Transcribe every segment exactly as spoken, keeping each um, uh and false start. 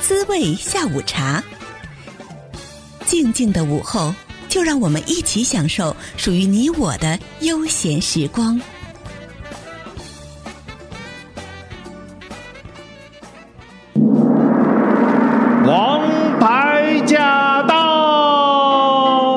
滋味下午茶。静静的午后，就让我们一起享受属于你我的悠闲时光。 王牌驾到！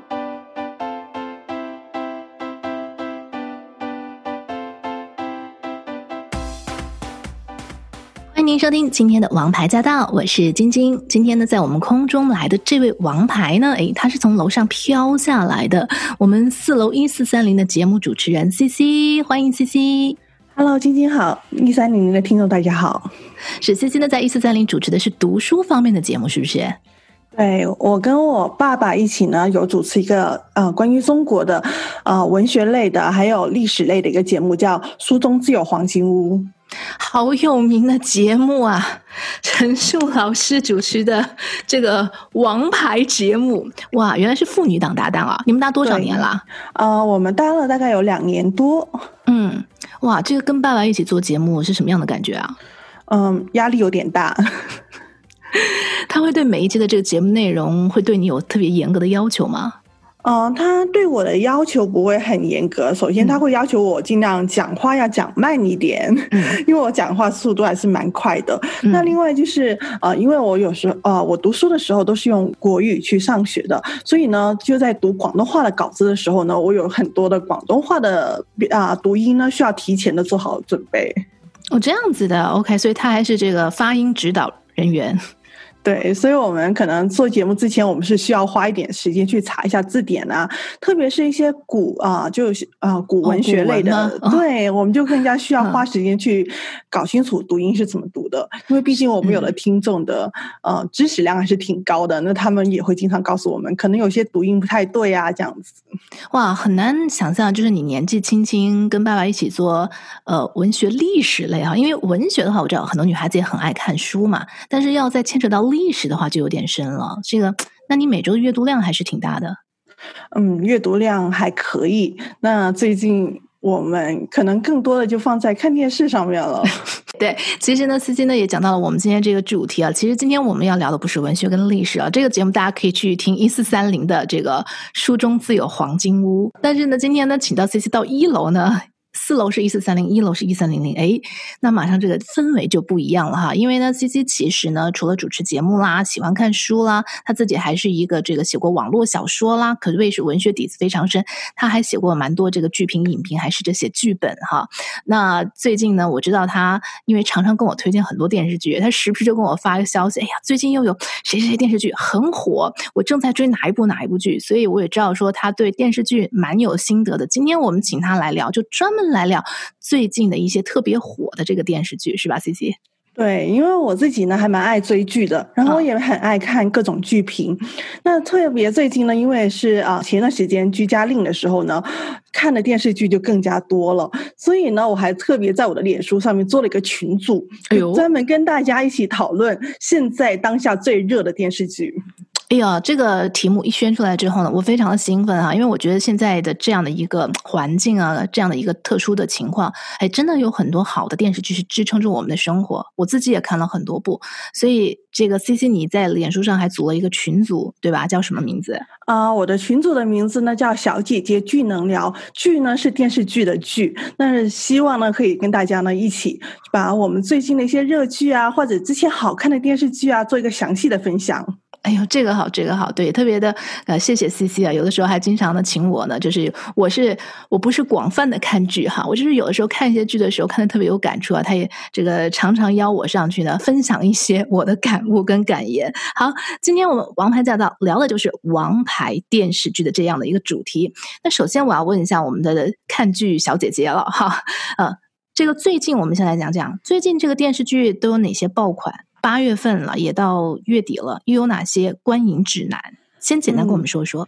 欢迎您收听今天的王牌驾到，我是晶晶。今天呢，在我们空中来的这位王牌呢，诶，他是从楼上飘下来的，我们四楼一四三零的节目主持人 C C， 欢迎 C C。Hello， 晶晶好，一三零零的听众大家好。 是 C C 呢，在一四三零主持的是读书方面的节目，是不是？ 对，我跟我爸爸一起呢，有主持一个呃关于中国的呃文学类的，还有历史类的一个节目，叫《书中自有黄金屋》。 好有名的节目啊，陈述老师主持的这个王牌节目，哇，原来是父女档搭档啊！你们搭多少年啦？ 呃，我们搭了大概有两年多。 嗯，哇，这个跟爸爸一起做节目是什么样的感觉啊？ 嗯，压力有点大。 他会对每一期的这个节目内容会对你有特别严格的要求吗？ 嗯，他对我的要求不会很严格。首先，他会要求我尽量讲话要讲慢一点，嗯、因为我讲话速度还是蛮快的。嗯、那另外就是呃，因为我有时候呃，我读书的时候都是用国语去上学的，所以呢，就在读广东话的稿子的时候呢，我有很多的广东话的啊、呃、读音呢，需要提前的做好准备。 哦，这样子的 ，OK， 所以他还是这个发音指导人员。 对，所以我们可能做节目之前，我们是需要花一点时间去查一下字典啊，特别是一些古啊，就是啊古文学类的，哦、对，我们就更加需要花时间去搞清楚读音是怎么读的，因为毕竟我们有的听众的、嗯、呃知识量还是挺高的，那他们也会经常告诉我们，可能有些读音不太对啊，这样子。 哇，很难想象，就是你年纪轻轻跟爸爸一起做呃文学历史类啊，因为文学的话，我知道很多女孩子也很爱看书嘛，但是要再牵扯到历史的话就有点深了。这个，那你每周的阅读量还是挺大的。 嗯，阅读量还可以。那最近我们可能更多的就放在看电视上面了。 对，其实呢 C C 呢也讲到了我们今天这个主题啊。其实今天我们要聊的不是文学跟历史啊，这个节目大家可以去听一四三零的这个书中自有黄金屋。但是呢，今天呢请到 C C 到一楼呢。四楼是一四三零，一楼是一三零零，诶，那马上这个氛围就不一样了哈。因为呢 C C 其实呢除了主持节目啦，喜欢看书啦，他自己还是一个这个写过网络小说啦，可谓是文学底子非常深。他还写过蛮多这个剧评影评，还试着写剧本哈。那最近呢，我知道他因为常常跟我推荐很多电视剧，他时不时就跟我发一个消息，哎呀，最近又有谁谁谁电视剧很火，我正在追哪一部哪一部剧，所以我也知道说他对电视剧蛮有心得的。今天我们请他来聊，就专门来聊最近的一些特别火的这个电视剧，是吧 C C？ 对，因为我自己呢还蛮爱追剧的，然后也很爱看各种剧评、嗯、那特别最近呢，因为是啊前段时间居家令的时候呢，看的电视剧就更加多了，所以呢我还特别在我的脸书上面做了一个群组，哎呦，专门跟大家一起讨论现在当下最热的电视剧。 哎呀，这个题目一宣出来之后呢，我非常的兴奋啊，因为我觉得现在的这样的一个环境啊，这样的一个特殊的情况，哎，真的有很多好的电视剧是支撑着我们的生活。我自己也看了很多部，所以这个 C C 你在脸书上还组了一个群组，对吧？叫什么名字？ 啊、呃，我的群组的名字呢叫小姐姐剧能聊，剧呢是电视剧的剧，那是希望呢可以跟大家呢一起把我们最近的一些热剧啊，或者之前好看的电视剧啊，做一个详细的分享。 哎呦，这个好，这个好，对，特别的呃，谢谢 C C 啊，有的时候还经常的请我呢，就是我是我不是广泛的看剧哈，我就是有的时候看一些剧的时候看得特别有感触啊，他也这个常常邀我上去呢，分享一些我的感悟跟感言。好，今天我们王牌驾到聊的就是王牌电视剧的这样的一个主题。那首先我要问一下我们的看剧小姐姐了哈，呃，这个最近我们先来讲讲最近这个电视剧都有哪些爆款。八月份了，也到月底了，又有哪些观影指南？先简单跟我们说说。 嗯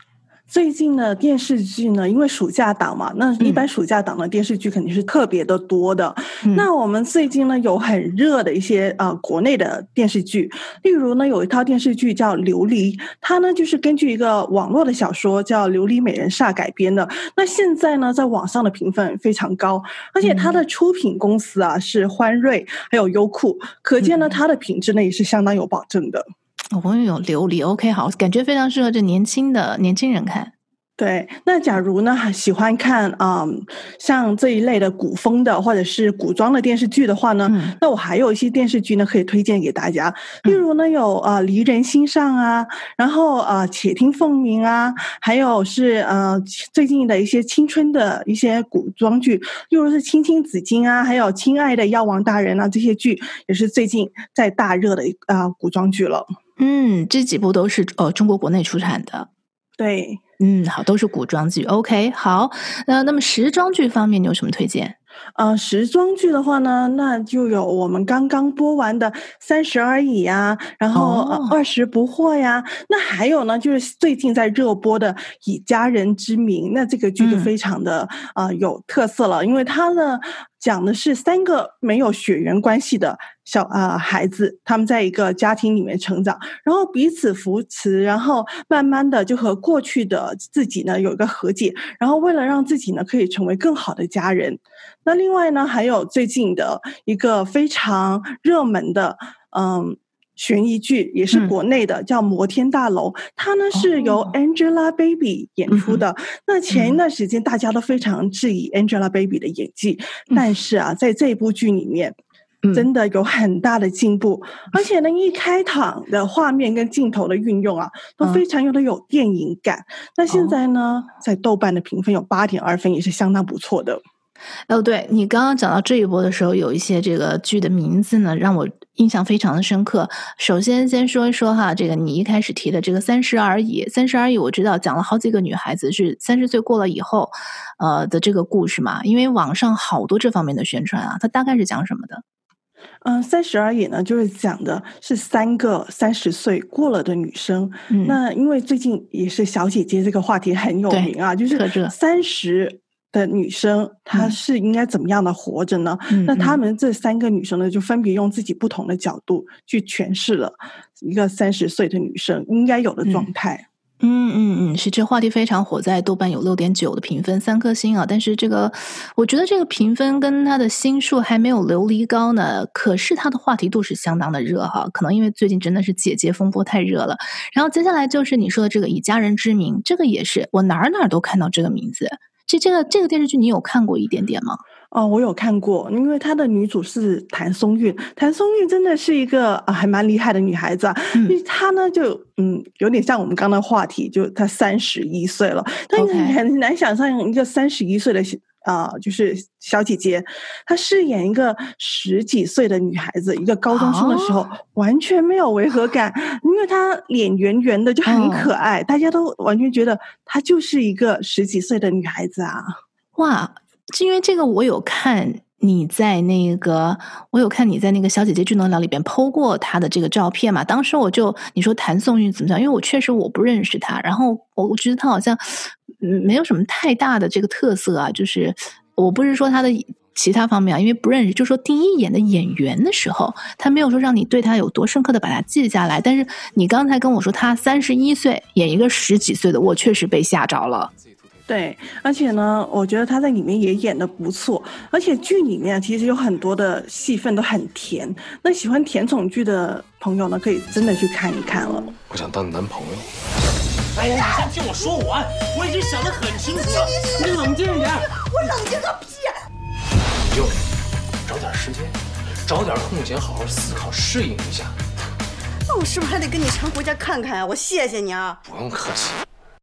最近的电视剧呢，因为暑假档嘛，那一般暑假档的电视剧肯定是特别的多的。嗯、那我们最近呢有很热的一些呃国内的电视剧，例如呢有一套电视剧叫《琉璃》，它呢就是根据一个网络的小说叫《琉璃美人煞》改编的。那现在呢在网上的评分非常高，而且它的出品公司啊是欢瑞还有优酷，可见呢它的品质呢也是相当有保证的。 我们有琉璃 OK 好，感觉非常适合这年轻的年轻人看。 对，那假如呢喜欢看嗯像这一类的古风的或者是古装的电视剧的话呢、嗯、那我还有一些电视剧呢可以推荐给大家，例如呢有呃离人心上啊，然后呃且听凤鸣啊，还有是呃最近的一些青春的一些古装剧，例如是青青子衿啊，还有亲爱的药王大人啊，这些剧也是最近在大热的啊、呃、古装剧了。 嗯，这几部都是呃中国国内出产的。 对， 嗯，好，都是古装剧 OK 好。那那么时装剧方面你有什么推荐？ 呃，时装剧的话呢，那就有我们刚刚播完的《三十而已》呀，然后、哦呃、二十不惑呀，那还有呢，就是最近在热播的《以家人之名》，那这个剧就非常的、嗯、呃有特色了，因为它呢讲的是三个没有血缘关系的小啊、呃、孩子，他们在一个家庭里面成长，然后彼此扶持，然后慢慢的就和过去的自己呢有一个和解，然后为了让自己呢可以成为更好的家人。那另外呢还有最近的一个非常热门的嗯悬疑剧，也是国内的、嗯、叫《摩天大楼》，它呢是由 Angelababy 演出的、哦、那前一段时间大家都非常质疑 Angelababy 的演技、嗯、但是啊在这部剧里面真的有很大的进步、嗯、而且呢一开场的画面跟镜头的运用啊都非常有的有电影感、嗯、那现在呢、哦、在豆瓣的评分有 八点二 分，也是相当不错的。 哦，对，你刚刚讲到这一波的时候，有一些这个剧的名字呢让我印象非常的深刻。首先先说一说哈，这个你一开始提的这个三十而已，三十而已我知道讲了好几个女孩子是三十岁过了以后呃的这个故事嘛，因为网上好多这方面的宣传啊，它大概是讲什么的？ 嗯，三十而已呢，就是讲的是三个三十岁过了的女生、嗯。那因为最近也是小姐姐这个话题很有名啊，就是三十的女生她是应该怎么样的活着呢、嗯、那她们这三个女生呢就分别用自己不同的角度去诠释了一个三十岁的女生应该有的状态。 嗯嗯嗯，是，这话题非常火，在豆瓣有 六点九 的评分，三颗星啊。但是这个我觉得这个评分跟它的星数还没有琉璃高呢，可是它的话题度是相当的热哈，可能因为最近真的是姐姐风波太热了。然后接下来就是你说的这个以家人之名，这个也是我哪儿哪儿都看到这个名字。这这个这个电视剧你有看过一点点吗？ 哦，我有看过，因为她的女主是谭松韵，谭松韵真的是一个、呃、还蛮厉害的女孩子啊。嗯、因为她呢就嗯有点像我们刚刚的话题，就她三十一岁了，但你很难想象一个三十一岁的啊、呃，就是小姐姐，她饰演一个十几岁的女孩子，一个高中生的时候、哦、完全没有违和感，因为她脸圆圆的就很可爱、哦、大家都完全觉得她就是一个十几岁的女孩子啊。 哇，因为这个我有看你在那个我有看你在那个小姐姐剧能聊里边 po 过她的这个照片嘛，当时我就你说谭松韵怎么讲，因为我确实我不认识她，然后我觉得她好像嗯没有什么太大的这个特色啊，就是我不是说她的其他方面啊，因为不认识，就说第一眼的演员的时候她没有说让你对她有多深刻的把她记下来，但是你刚才跟我说她三十一岁演一个十几岁的，我确实被吓着了。 对，而且呢我觉得他在里面也演得不错，而且剧里面其实有很多的戏份都很甜，那喜欢甜宠剧的朋友呢可以真的去看一看了。 我想当你男朋友。 哎呀，你先听我说完，我已经想得很清楚了，你冷静一点。 我冷静个屁！ 你就找点时间，找点空闲好好思考适应一下。 那我是不是还得跟你常回家看看啊？我谢谢你啊。 不用客气。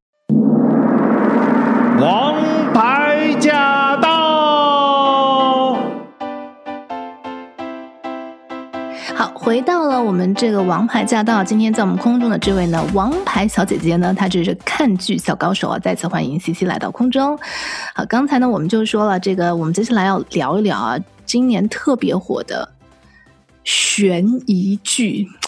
王牌驾到！ 好，回到了我们这个王牌驾到，今天在我们空中的这位呢，王牌小姐姐呢，她就是看剧小高手啊！再次欢迎 C C 来到空中。好，刚才呢我们就说了，这个我们接下来要聊一聊啊，今年特别火的悬疑剧。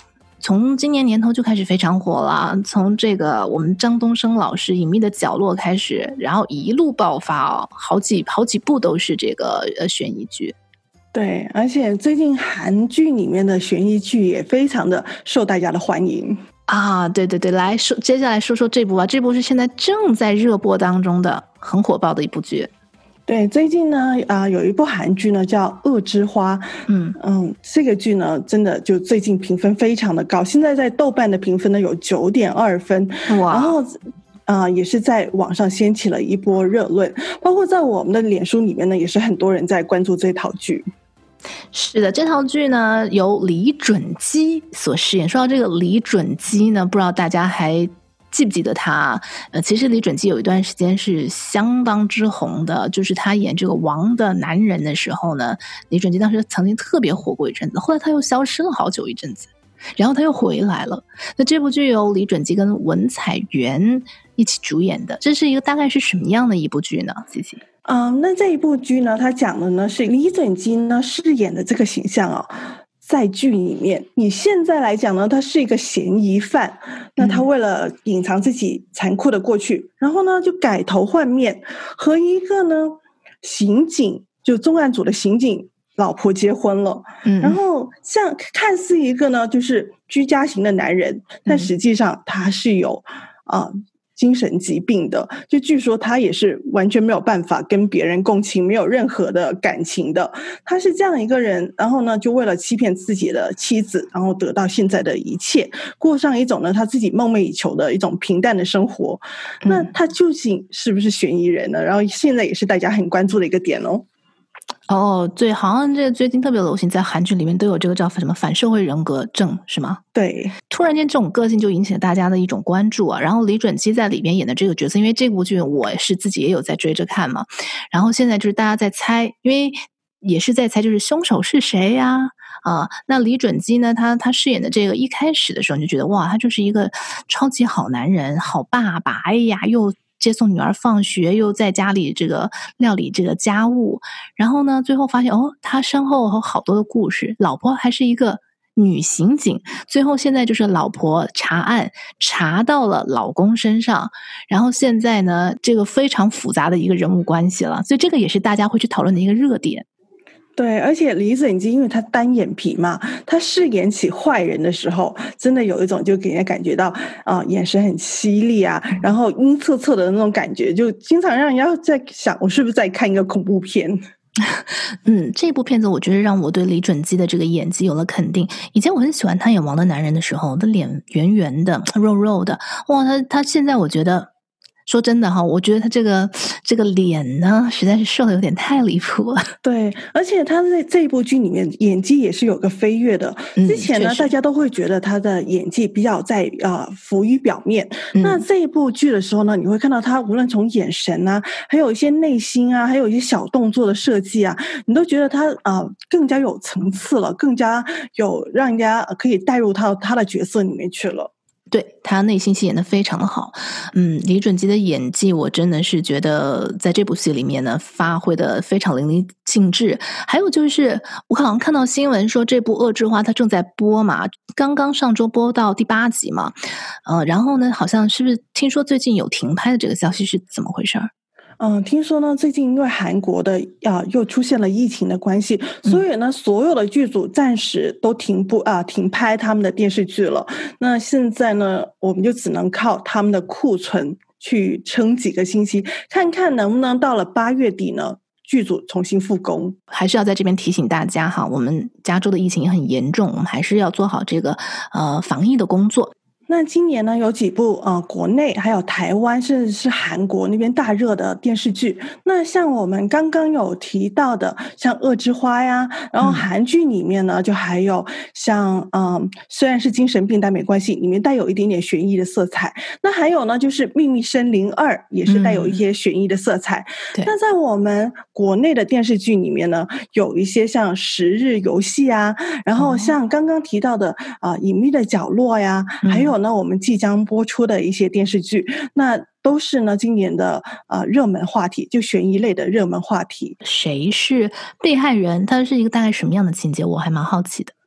从今年年头就开始非常火了，从这个我们张东升老师《隐秘的角落》开始，然后一路爆发哦，好几好几部都是这个呃悬疑剧。 对，而且最近韩剧里面的悬疑剧也非常的受大家的欢迎啊！对对对，来说，接下来说说这部啊，这部是现在正在热播当中的，很火爆的一部剧。 对，最近呢，啊、呃，有一部韩剧呢叫《恶之花》，嗯嗯，这个剧呢，真的就最近评分非常的高，现在在豆瓣的评分呢有九点二分，哇，然后啊、呃，也是在网上掀起了一波热论，包括在我们的脸书里面呢，也是很多人在关注这套剧。 是的，这套剧呢由李准基所饰演。说到这个李准基呢，不知道大家还记不记得他？呃，其实李准基有一段时间是相当之红的，就是他演这个王的男人的时候呢，李准基当时曾经特别火过一阵子，后来他又消失了好久一阵子，然后他又回来了。那这部剧由李准基跟文彩元一起主演的，这是一个大概是什么样的一部剧呢？谢谢。 嗯、呃，那这一部剧呢，它讲的呢是李准基呢饰演的这个形象哦。在剧里面，你现在来讲呢，他是一个嫌疑犯，那他为了隐藏自己残酷的过去，嗯、然后呢就改头换面，和一个呢刑警，就重案组的刑警老婆结婚了，嗯，然后像看似一个呢就是居家型的男人，但实际上他是有啊。呃精神疾病的，就据说他也是完全没有办法跟别人共情，没有任何的感情的，他是这样一个人，然后呢就为了欺骗自己的妻子，然后得到现在的一切，过上一种呢他自己梦寐以求的一种平淡的生活。嗯、那他究竟是不是嫌疑人呢？然后现在也是大家很关注的一个点哦。 哦，对，好像这最近特别流行，在韩剧里面都有这个叫什么反社会人格症，是吗？ 对， 突然间这种个性就引起了大家的一种关注啊。然后李准基在里边演的这个角色，因为这部剧我是自己也有在追着看嘛，然后现在就是大家在猜，因为也是在猜就是凶手是谁呀？啊，那李准基呢，他他饰演的这个一开始的时候你就觉得哇，他就是一个超级好男人、好爸爸，哎呀，又接送女儿放学，又在家里这个料理这个家务，然后呢最后发现哦，他身后有好多的故事，老婆还是一个女刑警，最后现在就是老婆查案查到了老公身上，然后现在呢这个非常复杂的一个人物关系了，所以这个也是大家会去讨论的一个热点。 对，而且李准基因为他单眼皮嘛，他饰演起坏人的时候，真的有一种就给人家感觉到啊、呃，眼神很犀利啊，然后阴恻恻的那种感觉，就经常让人家在想，我是不是在看一个恐怖片？ 嗯，这部片子我觉得让我对李准基的这个演技有了肯定。以前我很喜欢他演《王的男人》的时候，他脸圆圆的、肉肉的，哇，他他现在我觉得。说真的哈，我觉得他这个这个脸呢，实在是瘦的有点太离谱了。 对，而且他在这一部剧里面演技也是有个飞跃的。之前呢，嗯、大家都会觉得他的演技比较在呃浮于表面。嗯、那这一部剧的时候呢，你会看到他无论从眼神啊，还有一些内心啊，还有一些小动作的设计啊，你都觉得他啊、呃、更加有层次了，更加有让人家可以带入到他的角色里面去了。 对，他内心戏演得非常的好，嗯，李准基的演技我真的是觉得在这部戏里面呢发挥的非常淋漓尽致。还有就是我好像看到新闻说这部《恶之花》它正在播嘛，刚刚上周播到第八集嘛，呃，然后呢好像是不是听说最近有停拍的这个消息，是怎么回事？ 嗯，听说呢，最近因为韩国的啊又出现了疫情的关系，所以呢，所有的剧组暂时都停不啊停拍他们的电视剧了。那现在呢，我们就只能靠他们的库存去撑几个星期，看看能不能到了八月底呢，剧组重新复工。 还是要在这边提醒大家哈，我们加州的疫情也很严重，我们还是要做好这个呃防疫的工作。 那今年呢，有几部呃国内还有台湾甚至是韩国那边大热的电视剧。那像我们刚刚有提到的，像《恶之花》呀，然后韩剧里面呢，就还有像嗯、呃，虽然是精神病但没关系，里面带有一点点悬疑的色彩。那还有呢，就是《秘密森林二》也是带有一些悬疑的色彩。嗯、那在我们国内的电视剧里面呢，有一些像《十日游戏》啊，然后像刚刚提到的啊、呃《隐秘的角落》呀，嗯、还有。那我们即将播出的一些电视剧，那都是呢今年的呃热门话题，就悬疑类的热门话题。 谁是被害人？它是一个大概什么样的情节？我还蛮好奇的。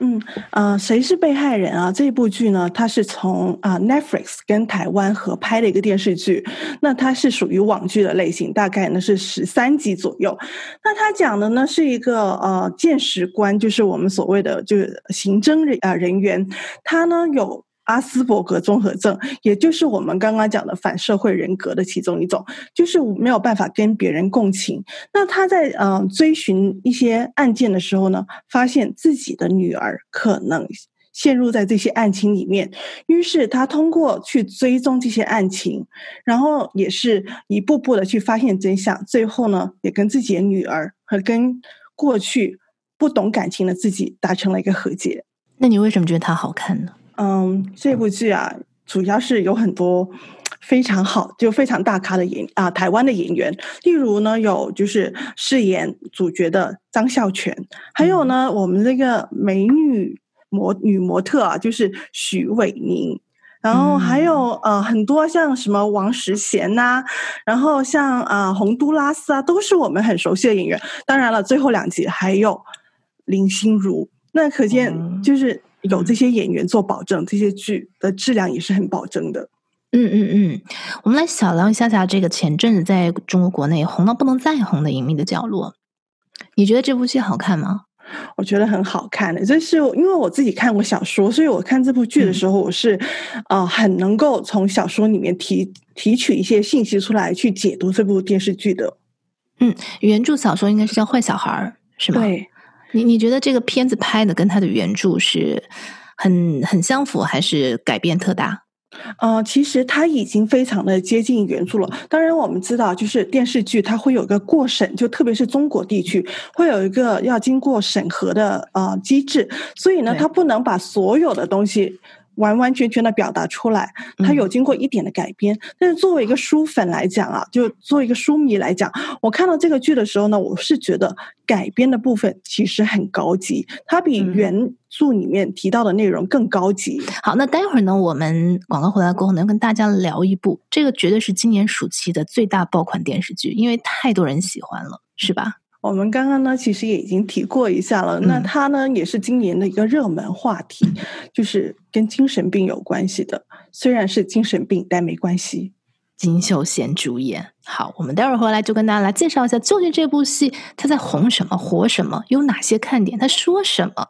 嗯呃，谁是被害人啊？这部剧呢，它是从啊、呃、Netflix 跟台湾合拍的一个电视剧，那它是属于网剧的类型，大概呢是十三集左右。那它讲的呢是一个呃鉴识官，就是我们所谓的就是刑侦人呃人员，他呢有阿斯伯格综合症，也就是我们刚刚讲的反社会人格的其中一种，就是没有办法跟别人共情。那他在呃追寻一些案件的时候呢，发现自己的女儿可能陷入在这些案情里面，于是他通过去追踪这些案情，然后也是一步步的去发现真相，最后呢也跟自己的女儿和跟过去不懂感情的自己达成了一个和解。 那你为什么觉得它好看呢？ 嗯，这部剧啊，主要是有很多非常好，就非常大咖的演啊，台湾的演员，例如呢，有就是饰演主角的张孝全，还有呢，嗯、我们这个美女模女模特啊，就是许瑋甯，然后还有、嗯、呃很多像什么王识贤呐、啊，然后像啊、呃、洪都拉斯啊，都是我们很熟悉的演员。当然了，最后两集还有林心如，那可见就是。有这些演员做保证，这些剧的质量也是很保证的。 嗯嗯嗯，我们来小聊一下下这个前阵子在中国国内红到不能再红的《隐秘的角落》，你觉得这部剧好看吗？ 我觉得很好看的，这是因为我自己看过小说，所以我看这部剧的时候，我是、嗯、呃很能够从小说里面提提取一些信息出来，去解读这部电视剧的。 嗯，原著小说应该是叫《坏小孩》，是吗？ 对。 你你觉得这个片子拍的跟它的原著是很很相符，还是改变特大？ 呃，其实它已经非常的接近原著了。当然我们知道就是电视剧它会有一个过审，就特别是中国地区会有一个要经过审核的呃机制，所以呢它不能把所有的东西完完全全的表达出来，它有经过一点的改编、嗯、但是作为一个书粉来讲啊，就作为一个书迷来讲，我看到这个剧的时候呢，我是觉得改编的部分其实很高级，它比原著里面提到的内容更高级、嗯、 好，那待会儿呢我们广告回来过后呢，跟大家聊一部这个绝对是今年暑期的最大爆款电视剧，因为太多人喜欢了，是吧？ 我们刚刚呢其实也已经提过一下了、嗯、那它呢也是今年的一个热门话题，就是跟精神病有关系的，虽然是精神病但没关系。 金秀贤主演。好，我们待会儿回来就跟大家来介绍一下究竟这部戏它在红什么火什么，有哪些看点，它说什么。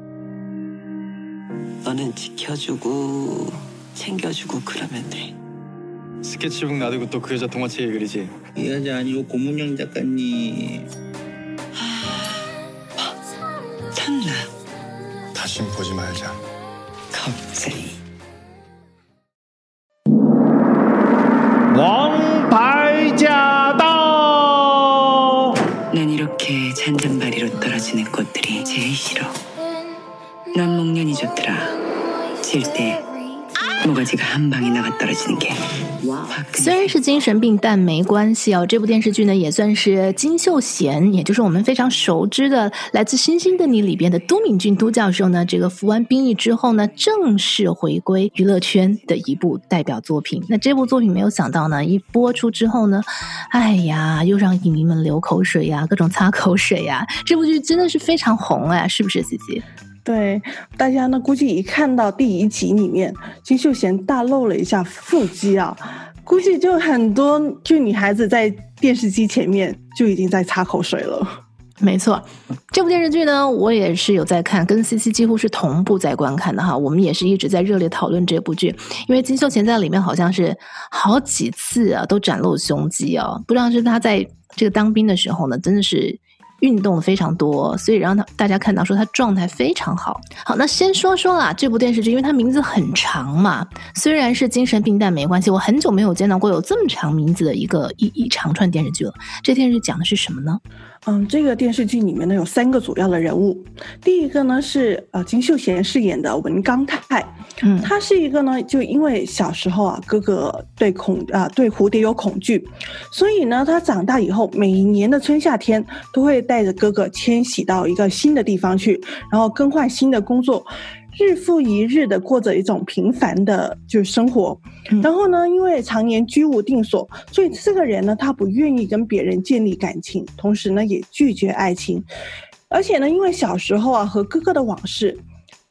너는 지켜주고 챙겨주고 그러면 돼. 스케치북 놔두고 또 그 여자 동화책에 그리지? 이 여자 아니고 고문영 작가님. 탔나? 다신 보지 말자. 갑자기. 王牌驾到! 난 이렇게 잔잔바리로 떨어지는 꽃들이 제일 싫어. 난 목련이 좋더라. 질 때 모가지가 한 방에 나가 떨어지는 게. 虽然是精神病，但没关系哦。这部电视剧呢，也算是金秀贤，也就是我们非常熟知的来自《星星的你》里边的都敏俊都教授呢，这个服完兵役之后呢，正式回归娱乐圈的一部代表作品。那这部作品没有想到呢，一播出之后呢，哎呀，又让影迷们流口水呀，各种擦口水呀。这部剧真的是非常红哎，是不是 C C？ 对，大家呢估计一看到第一集里面金秀贤大露了一下腹肌啊，估计就很多就女孩子在电视机前面就已经在擦口水了。 没错，这部电视剧呢我也是有在看，跟 C C 几乎是同步在观看的哈。我们也是一直在热烈讨论这部剧，因为金秀贤在里面好像是好几次啊都展露胸肌哦，不知道是他在这个当兵的时候呢真的是运动的非常多，所以让他大家看到说他状态非常好。好，那先说说啦，这部电视剧因为它名字很长嘛，虽然是精神病但没关系，我很久没有见到过有这么长名字的一个一一长串电视剧了。这电视剧讲的是什么呢？ 嗯，这个电视剧里面呢有三个主要的人物。第一个呢是呃金秀贤饰演的文刚泰，嗯，他是一个呢就因为小时候啊哥哥对恐啊、呃、对蝴蝶有恐惧，所以呢他长大以后每一年的春夏天都会带着哥哥迁徙到一个新的地方去，然后更换新的工作，日复一日的过着一种平凡的就是生活、嗯、然后呢因为常年居无定所，所以这个人呢他不愿意跟别人建立感情，同时呢也拒绝爱情，而且呢因为小时候啊和哥哥的往事，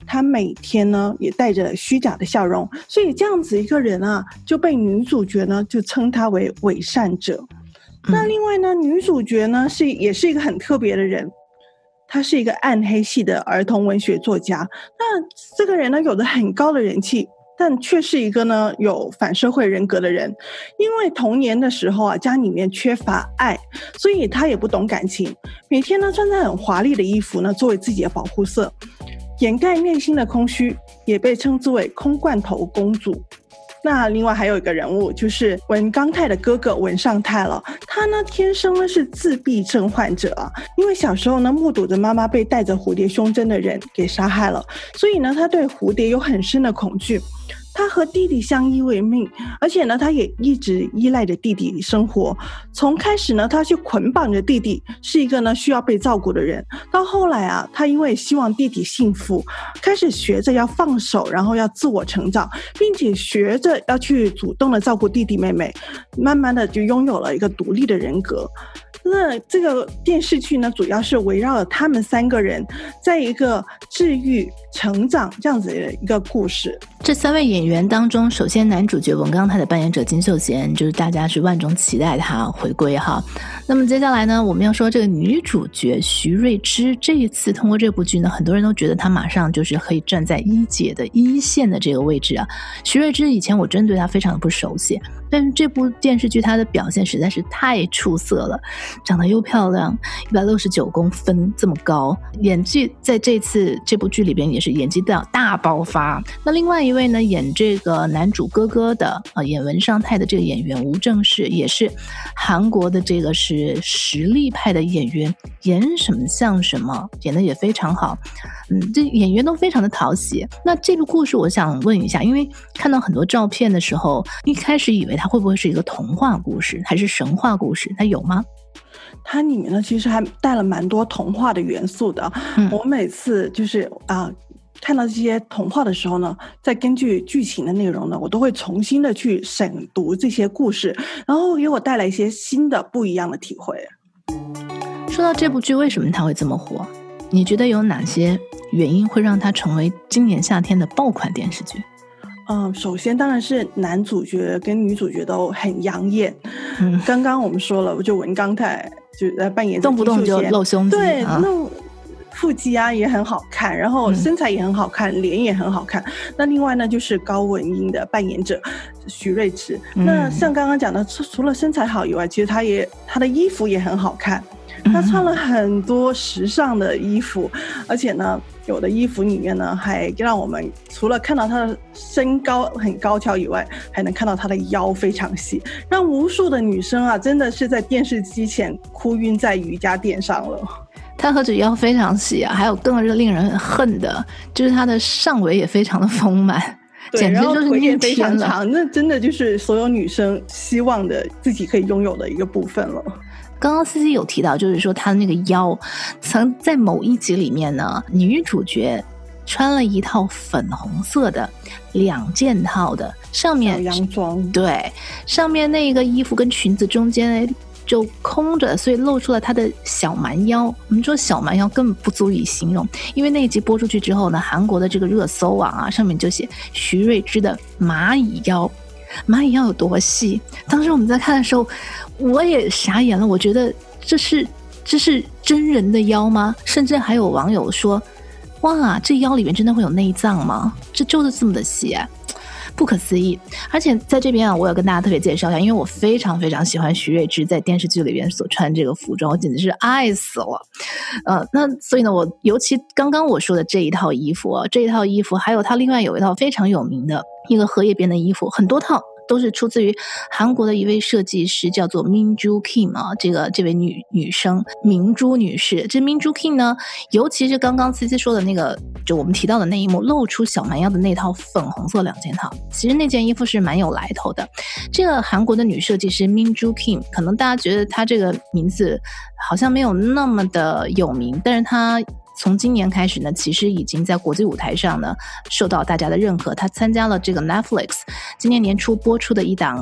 他每天呢也带着虚假的笑容，所以这样子一个人啊，就被女主角呢就称他为伪善者。嗯、那另外呢，女主角呢是也是一个很特别的人，她是一个暗黑系的儿童文学作家。那这个人呢有着很高的人气，但却是一个呢有反社会人格的人。因为童年的时候啊，家里面缺乏爱，所以他也不懂感情，每天呢穿着很华丽的衣服呢作为自己的保护色，掩盖内心的空虚，也被称之为空罐头公主。那另外还有一个人物，就是文刚泰的哥哥文尚泰了。他呢天生呢是自闭症患者啊，因为小时候呢目睹着妈妈被带着蝴蝶胸针的人给杀害了，所以呢他对蝴蝶有很深的恐惧。他和弟弟相依为命，而且呢他也一直依赖着弟弟生活。从开始呢他就捆绑着弟弟，是一个呢需要被照顾的人，到后来啊他因为希望弟弟幸福，开始学着要放手，然后要自我成长，并且学着要去主动的照顾弟弟妹妹，慢慢的就拥有了一个独立的人格。那这个电视剧呢主要是围绕了他们三个人在一个治愈成长这样子的一个故事。 这三位演员当中，首先男主角文刚泰的扮演者金秀贤，就是大家是万众期待他回归哈。那么接下来呢，我们要说这个女主角徐瑞芝，这一次通过这部剧呢，很多人都觉得她马上就是可以站在一姐的一线的这个位置啊。徐瑞芝以前我真的对她非常的不熟悉，但是这部电视剧她的表现实在是太出色了，长得又漂亮，一百六十九公分这么高，演技在这次这部剧里边也是演技的大爆发。那另外一位呢，演这个男主哥哥的啊，演文尚泰的这个演员吴正式，也是韩国的这个是实力派的演员，演什么像什么，演的也非常好。嗯，这演员都非常的讨喜。那这个故事我想问一下，因为看到很多照片的时候，一开始以为它会不会是一个童话故事还是神话故事，它有吗？ 它里面呢其实还带了蛮多童话的元素的。嗯、我每次就是啊、呃、看到这些童话的时候呢，再根据剧情的内容呢，我都会重新的去审读这些故事，然后给我带来一些新的不一样的体会。 说到这部剧为什么它会这么火，你觉得有哪些原因会让它成为今年夏天的爆款电视剧？ 嗯，首先当然是男主角跟女主角都很养眼。嗯，刚刚我们说了，就文刚泰就在扮演动不动就露胸肌， 对， 啊、 那腹肌啊也很好看，然后身材也很好看，嗯、脸也很好看。那另外呢，就是高文英的扮演者徐瑞芝。嗯、那像刚刚讲的，除了身材好以外，其实她也她的衣服也很好看。她穿了很多时尚的衣服，而且呢，有的衣服里面呢，还让我们除了看到她的身高很高挑以外，还能看到她的腰非常细，让无数的女生啊，真的是在电视机前哭晕在瑜伽垫上了。 她何止腰非常细啊，还有更令人恨的，就是她的上围也非常的丰满。简直就是逆天了， 那真的就是所有女生希望的自己可以拥有的一个部分了。 刚刚思思有提到，就是说她的那个腰，曾在某一集里面呢，女主角穿了一套粉红色的两件套的，上面洋装， 对，上面那个衣服跟裙子中间就空着，所以露出了她的小蛮腰。我们说小蛮腰根本不足以形容，因为那一集播出去之后呢，韩国的这个热搜网啊，上面就写徐瑞芝的蚂蚁腰。蚂蚁腰有多细？当时我们在看的时候，我也傻眼了。我觉得这是这是真人的腰吗？甚至还有网友说：“哇，这腰里面真的会有内脏吗？这就是这么的细啊！”不可思议。而且在这边啊，我要跟大家特别介绍一下，因为我非常非常喜欢徐瑞芝在电视剧里边所穿这个服装，我简直是爱死了。呃，那所以呢，我尤其刚刚我说的这一套衣服啊，这一套衣服还有它另外有一套非常有名的一个荷叶边的衣服，很多套都是出自于韩国的一位设计师，叫做 Minju Kim 啊，这个这位女女生明珠女士。这 Minju Kim 呢，尤其是刚刚 C C 说的那个，就我们提到的那一幕，露出小蛮腰的那套粉红色两件套，其实那件衣服是蛮有来头的。这个韩国的女设计师 Minju Kim， 可能大家觉得她这个名字好像没有那么的有名，但是她从今年开始呢，其实已经在国际舞台上呢受到大家的认可。他参加了这个 Netflix 今年年初播出的一档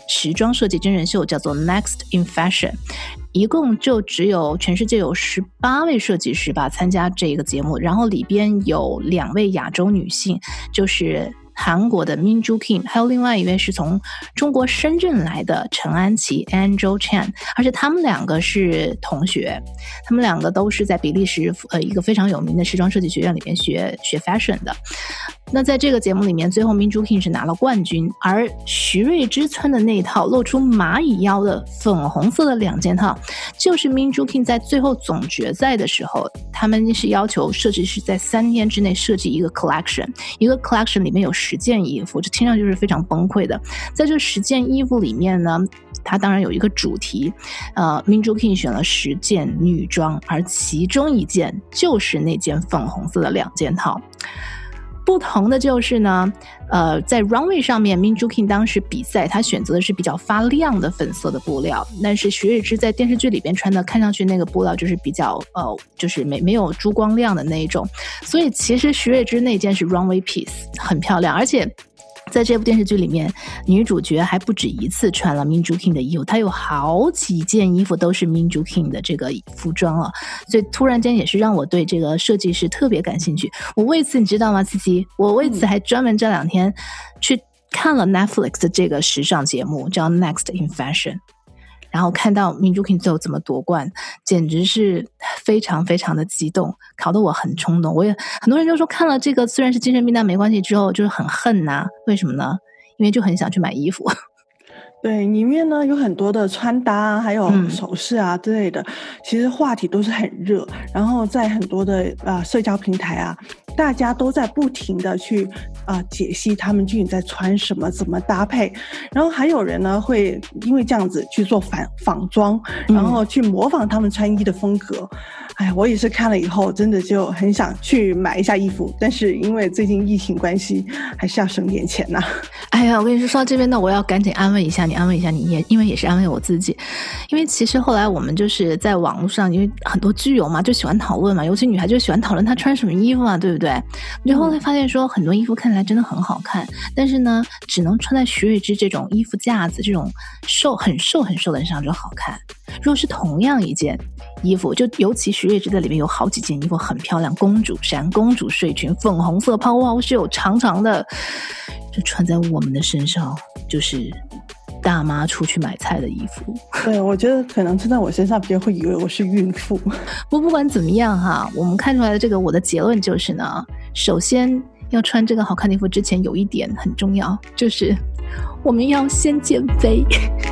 时装设计真人秀，叫做 Next in Fashion。一共就只有全世界有十八位设计师吧参加这个节目，然后里边有两位亚洲女性，就是韩国的 Minju Kim， 还有另外一位是从中国深圳来的陈安琪 Angel Chan， 而且他们两个是同学，他们两个都是在比利时呃一个非常有名的时装设计学院里面学学 fashion 的。那在这个节目里面，最后 Minju Kim 是拿了冠军，而徐瑞之穿的那一套露出蚂蚁腰的粉红色的两件套，就是 Minju Kim 在最后总决赛的时候，他们是要求设计师在三天之内设计一个 collection， 一个 collection 里面有十件衣服，这听上去是非常崩溃的。在这十件衣服里面呢，它当然有一个主题，呃 Minju Kim 选了十件女装，而其中一件就是那件粉红色的两件套。不同的就是呢，呃，在 runway 上面 Minju Kim 当时比赛，他选择的是比较发亮的粉色的布料，但是徐瑞之在电视剧里边穿的，看上去那个布料就是比较呃，就是没没有珠光亮的那一种，所以其实徐瑞之那件是 runway piece， 很漂亮，而且在这部电视剧里面，女主角还不止一次穿了 Minju Kim 的衣服，她有好几件衣服都是 Minju Kim 的这个服装啊，所以突然间也是让我对这个设计师特别感兴趣。我为此你知道吗 ，C C？ 我为此还专门这两天去看了 Netflix 的这个时尚节目，叫 Next in Fashion。然后看到 Minju Kim 最后怎么夺冠，简直是非常非常的激动，搞得我很冲动。我也很多人就说看了这个虽然是精神病但没关系之后就是很恨呐、啊，为什么呢？因为就很想去买衣服。 对，里面呢有很多的穿搭啊，还有首饰啊之类的、嗯、其实话题都是很热，然后在很多的呃社交平台啊，大家都在不停的去啊、呃、解析他们究竟在穿什么，怎么搭配，然后还有人呢会因为这样子去做仿仿妆，然后去模仿他们穿衣的风格。哎，我也是看了以后真的就很想去买一下衣服，但是因为最近疫情关系还是要省点钱呐、啊。 哎呀，我跟你说，说到这边呢，我要赶紧安慰一下你，安慰一下你，也因为也是安慰我自己。因为其实后来我们就是在网络上，因为很多剧友嘛就喜欢讨论嘛，尤其女孩就喜欢讨论她穿什么衣服嘛，对不对？我就后来发现说很多衣服看起来真的很好看，但是呢只能穿在徐瑞之这种衣服架子这种瘦很瘦很瘦的人上就好看。如果是同样一件衣服，就尤其徐瑞之在里面有好几件衣服很漂亮，公主衫、公主睡裙、粉红色泡泡袖长长的，就穿在我们的身上就是大妈出去买菜的衣服。 对，我觉得可能穿在我身上别人会以为我是孕妇。 不不管怎么样哈，我们看出来的这个我的结论就是呢，首先要穿这个好看的衣服之前有一点很重要，就是我们要先减肥。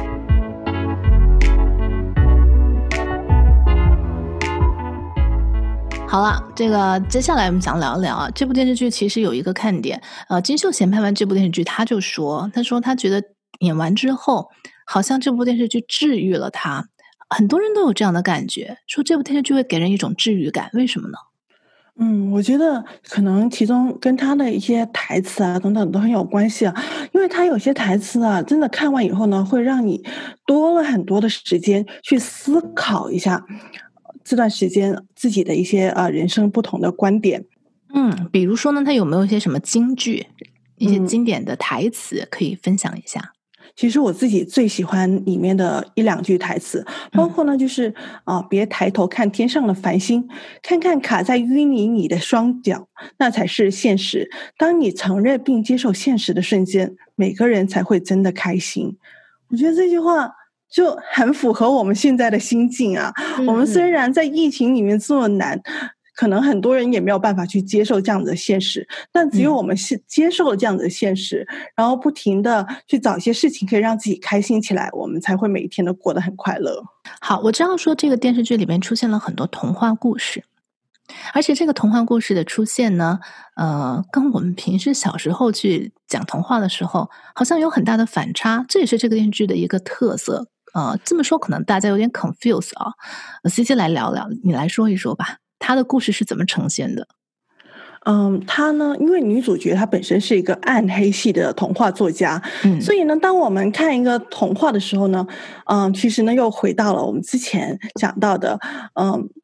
好了，这个接下来我们想聊一聊啊，这部电视剧其实有一个看点，呃，金秀贤拍完这部电视剧，他就说，他说他觉得演完之后，好像这部电视剧治愈了他，很多人都有这样的感觉，说这部电视剧会给人一种治愈感，为什么呢？ 嗯，我觉得可能其中跟他的一些台词啊等等都很有关系啊，因为他有些台词啊，真的看完以后呢，会让你多了很多的时间去思考一下这段时间自己的一些呃人生不同的观点。 嗯，比如说呢，他有没有一些什么金句，一些经典的台词可以分享一下？ 其实我自己最喜欢里面的一两句台词，包括呢就是啊、呃，别抬头看天上的繁星，看看卡在淤泥里的双脚，那才是现实。当你承认并接受现实的瞬间，每个人才会真的开心。我觉得这句话就很符合我们现在的心境啊。嗯、我们虽然在疫情里面这么难，可能很多人也没有办法去接受这样子的现实，但只有我们是接受了这样子的现实、嗯、然后不停的去找一些事情可以让自己开心起来，我们才会每一天都过得很快乐。 好，我知道说这个电视剧里面出现了很多童话故事，而且这个童话故事的出现呢，呃，跟我们平时小时候去讲童话的时候好像有很大的反差，这也是这个电视剧的一个特色。呃，这么说可能大家有点 confuse 啊。C C 来聊聊，你来说一说吧，他的故事是怎么呈现的？ 嗯，她呢，因为女主角她本身是一个暗黑系的童话作家，嗯，所以呢，当我们看一个童话的时候呢，嗯，其实呢又回到了我们之前讲到的，嗯，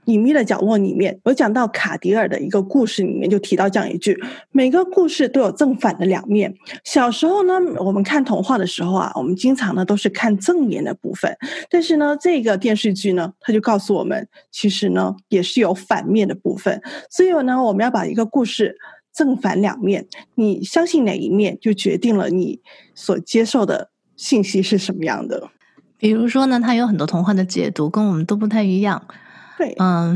隐秘的角落里面有讲到卡迪尔的一个故事里面就提到这样一句，每个故事都有正反的两面。小时候呢我们看童话的时候啊，我们经常呢都是看正面的部分，但是呢这个电视剧呢它就告诉我们其实呢也是有反面的部分。所以呢我们要把一个故事正反两面，你相信哪一面就决定了你所接受的信息是什么样的。 比如说呢它有很多童话的解读跟我们都不太一样。 对， 嗯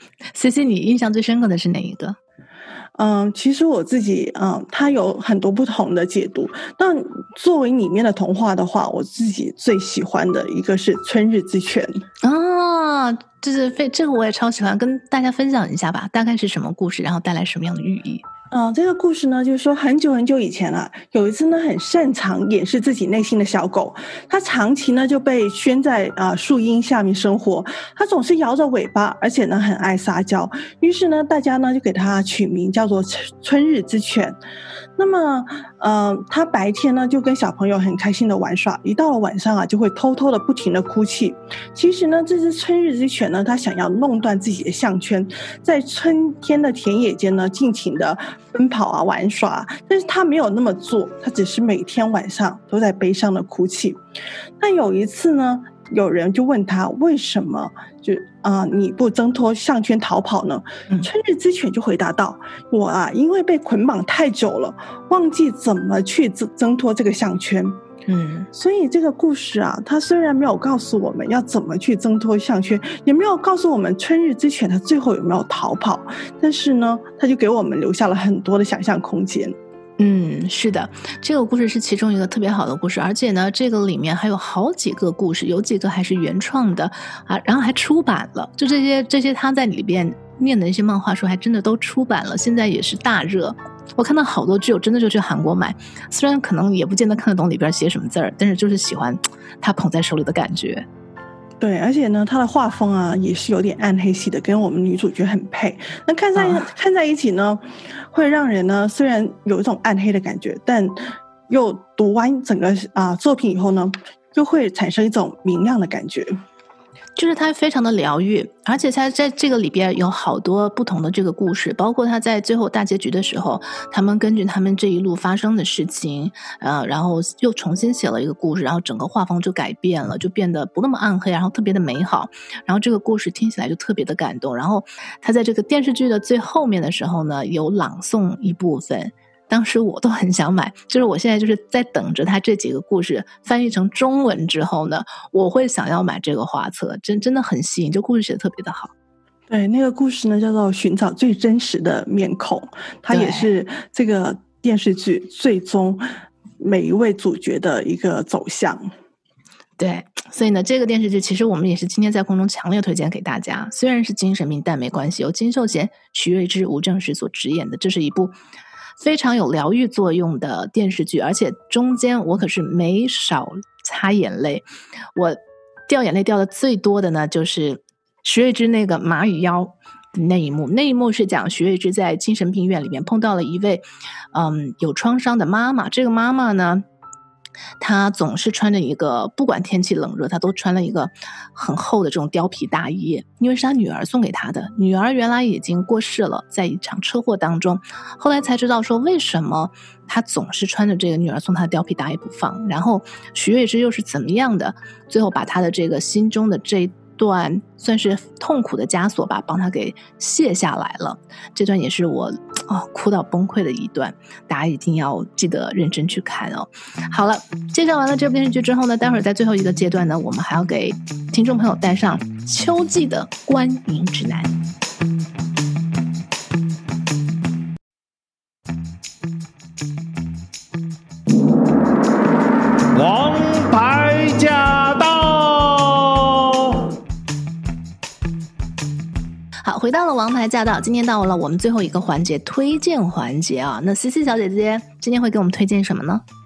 C C 你印象最深刻的是哪一个？ 嗯，其实我自己嗯，它有很多不同的解读，但作为里面的童话的话，我自己最喜欢的一个是春日之泉。 哦，就是非这个我也超喜欢，跟大家分享一下吧，大概是什么故事，然后带来什么样的寓意？ 嗯、呃，这个故事呢，就是说很久很久以前啊，有一只呢很擅长掩饰自己内心的小狗，它长期呢就被圈在啊、呃、树荫下面生活，它总是摇着尾巴，而且呢很爱撒娇，于是呢大家呢就给它取名叫做春日之犬。那么呃，它白天呢就跟小朋友很开心的玩耍，一到了晚上啊就会偷偷的不停的哭泣。其实呢这只春日之犬呢，它想要弄断自己的项圈，在春天的田野间呢尽情的奔跑啊玩耍，但是他没有那么做，他只是每天晚上都在悲伤的哭泣。但有一次呢，有人就问他为什么就啊、呃、你不挣脱项圈逃跑呢？嗯、春日之犬就回答道，我啊因为被捆绑太久了，忘记怎么去挣脱这个项圈。嗯，所以这个故事啊，它虽然没有告诉我们要怎么去挣脱项圈，也没有告诉我们春日之犬它最后有没有逃跑，但是呢，它就给我们留下了很多的想象空间。 嗯，是的，这个故事是其中一个特别好的故事，而且呢，这个里面还有好几个故事，有几个还是原创的啊，然后还出版了，就这些这些他在里边念的那些漫画书还真的都出版了，现在也是大热。我看到好多剧，我真的就去韩国买，虽然可能也不见得看得懂里边写什么字儿，但是就是喜欢他捧在手里的感觉。 对，而且呢，他的画风啊也是有点暗黑系的，跟我们女主角很配。那看在、啊、看在一起呢，会让人呢虽然有一种暗黑的感觉，但又读完整个啊、呃、作品以后呢，就会产生一种明亮的感觉。 就是它非常的疗愈，而且它在这个里边有好多不同的这个故事，包括它在最后大结局的时候，他们根据他们这一路发生的事情，呃，然后又重新写了一个故事，然后整个画风就改变了，就变得不那么暗黑，然后特别的美好，然后这个故事听起来就特别的感动。然后它在这个电视剧的最后面的时候呢，有朗诵一部分。当时我都很想买，就是我现在就是在等着它这几个故事翻译成中文之后呢，我会想要买这个画册，真真的很吸引，这故事写得特别的好。 对，那个故事呢叫做寻找最真实的面孔，它也是这个电视剧最终每一位主角的一个走向。 对，所以呢这个电视剧其实我们也是今天在空中强烈推荐给大家，虽然是精神病但没关系，由金秀贤、徐睿知、吴正时所执演的，这是一部非常有疗愈作用的电视剧，而且中间我可是没少擦眼泪，我掉眼泪掉的最多的呢就是徐睿知那个马与妖的那一幕，那一幕是讲徐睿知在精神病院里面碰到了一位嗯有创伤的妈妈，这个妈妈呢她总是穿着一个不管天气冷热她都穿了一个很厚的这种貂皮大衣，因为是她女儿送给她的，女儿原来已经过世了，在一场车祸当中，后来才知道说为什么她总是穿着这个女儿送她的貂皮大衣不放，然后徐睿知又是怎么样的最后把她的这个心中的这段算是痛苦的枷锁吧帮她给卸下来了，这段也是我哦哭到崩溃的一段，大家一定要记得认真去看哦。好了，介绍完了这部电视剧之后呢，待会儿在最后一个阶段呢，我们还要给听众朋友带上秋季的观影指南。 王牌驾到！ 好，回到了王牌驾到，今天到了我们最后一个环节，推荐环节啊。那 C C 小姐姐今天会给我们推荐什么呢？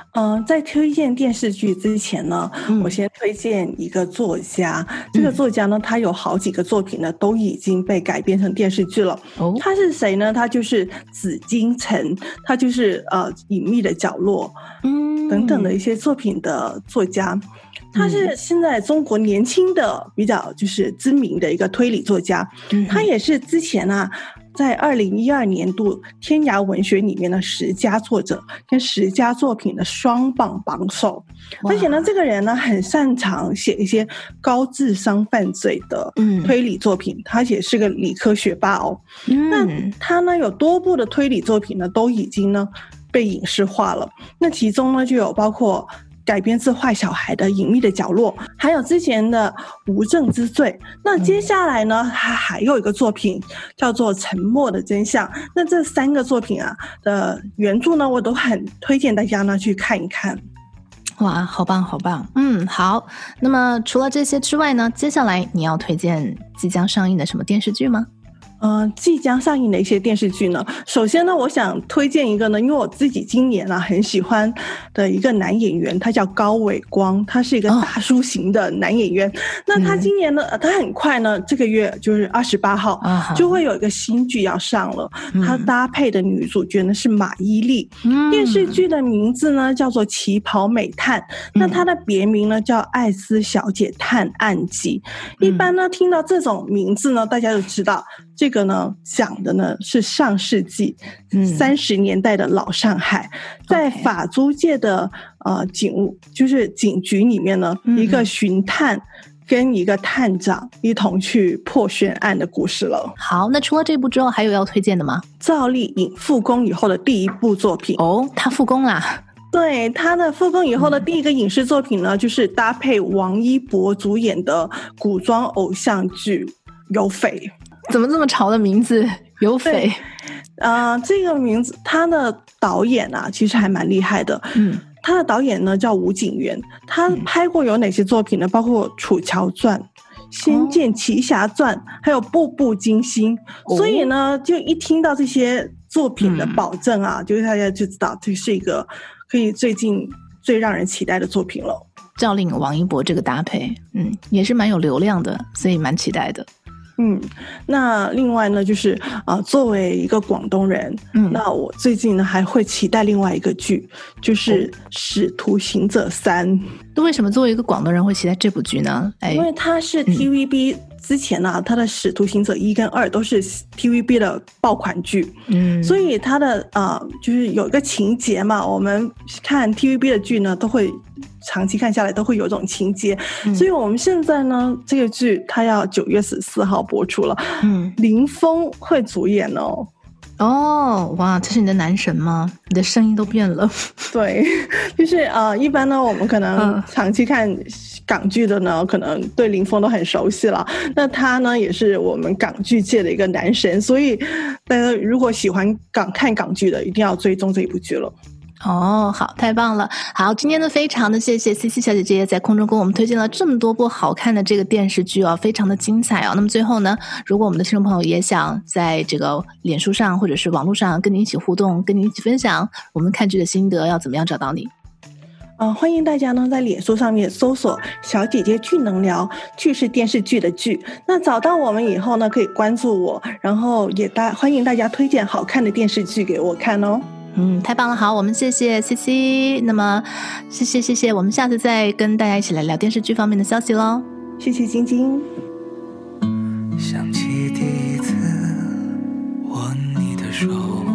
嗯、呃，在推荐电视剧之前呢，嗯、我先推荐一个作家。这个作家呢，他有好几个作品呢，都已经被改编成电视剧了。哦，他是谁呢？他就是紫金陈，他就是呃《隐秘的角落》嗯等等的一些作品的作家。他是现在中国年轻的比较就是知名的一个推理作家。嗯、他也是之前啊。在二零一二年度天涯文学里面的十佳作者跟十佳作品的双榜榜首，而且呢，这个人呢很擅长写一些高智商犯罪的推理作品，嗯、他也是个理科学霸哦。嗯、那他呢有多部的推理作品呢都已经呢被影视化了，那其中呢就有包括改编自坏小孩的《隐秘的角落》，还有之前的《无证之罪》。那接下来呢，他还有一个作品叫做《沉默的真相》。那这三个作品啊的原著呢，我都很推荐大家呢去看一看。 哇，好棒好棒。嗯，好。那么除了这些之外呢，接下来你要推荐即将上映的什么电视剧吗？ 呃，即将上映的一些电视剧呢，首先呢，我想推荐一个呢，因为我自己今年啊很喜欢的一个男演员，他叫高伟光，他是一个大叔型的男演员。哦、那他今年呢，嗯、他很快呢，这个月就是二十八号、啊、就会有一个新剧要上了。嗯、他搭配的女主角呢是马伊琍，嗯、电视剧的名字呢叫做《旗袍美探》，嗯、那他的别名呢叫《艾斯小姐探案记》。嗯、一般呢听到这种名字呢，大家就知道。这个呢，讲的呢是上世纪三十年代的老上海，嗯、在法租界的呃警务，就是警局里面呢，嗯、一个巡探跟一个探长一同去破悬案的故事了。 好，那除了这部之后，还有要推荐的吗？ 赵丽颖复工以后的第一部作品哦，她复工啦。 对，他的复工以后的第一个影视作品呢，嗯、就是搭配王一博主演的古装偶像剧《有匪》。 怎么这么潮的名字？有匪， 呃，这个名字，他的导演啊，其实还蛮厉害的。嗯，他的导演呢叫吴景元，他拍过有哪些作品呢？包括《楚乔传》、《仙剑奇侠传》，还有《步步惊心》。哦、所以呢，就一听到这些作品的保证啊，嗯、就是大家就知道这是一个可以最近最让人期待的作品了。 赵丽颖、王一博这个搭配，嗯，也是蛮有流量的，所以蛮期待的。 嗯，那另外呢，就是啊、呃，作为一个广东人，嗯，那我最近呢还会期待另外一个剧，就是《使徒行者三》。 那为什么作为一个广东人会期待这部剧呢？哎， 因为它是 T V B、嗯。之前呢、啊，他的《使徒行者一》跟二都是 T V B 的爆款剧，嗯，所以他的呃，就是有一个情节嘛，我们看 T V B 的剧呢，都会长期看下来都会有这种情节，嗯、所以我们现在呢，这个剧它要九月十四号播出了，嗯，林峰会主演哦。 哦，哇，这是你的男神吗？你的声音都变了。 对，就是呃，一般呢，我们可能长期看港剧的呢，可能对林峰都很熟悉了。那他呢，也是我们港剧界的一个男神，所以大家如果喜欢港看港剧的，一定要追踪这一部剧了。 哦，好，太棒了。好，今天呢非常的谢谢 C C 小姐姐在空中给我们推荐了这么多部好看的这个电视剧哦，非常的精彩哦。那么最后呢，如果我们的听众朋友也想在这个脸书上或者是网络上跟你一起互动，跟你一起分享我们看剧的心得，要怎么样找到你？ 呃，欢迎大家呢在脸书上面搜索小姐姐剧能聊，剧是电视剧的剧。那找到我们以后呢，可以关注我，然后也大欢迎大家推荐好看的电视剧给我看哦。 嗯，太棒了。好，我们谢谢 C C， 那么谢谢谢谢，我们下次再跟大家一起来聊电视剧方面的消息咯。 谢谢晶晶。 想起第一次握你的手，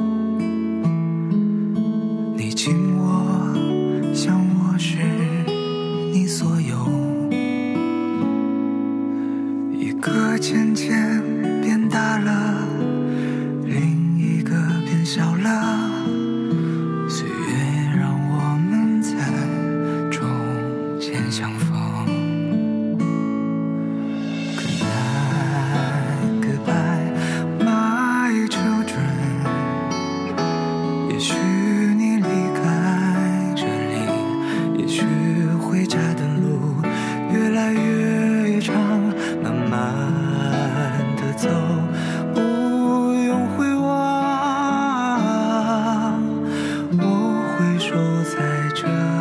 你紧握像我是你所有，一个渐渐变大了，另一个变小了，岁月让我们在中间相逢。这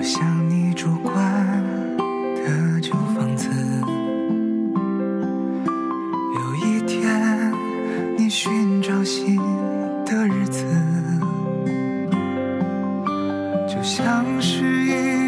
我想你住惯的旧房子。有一天你寻找新的日子，就像是一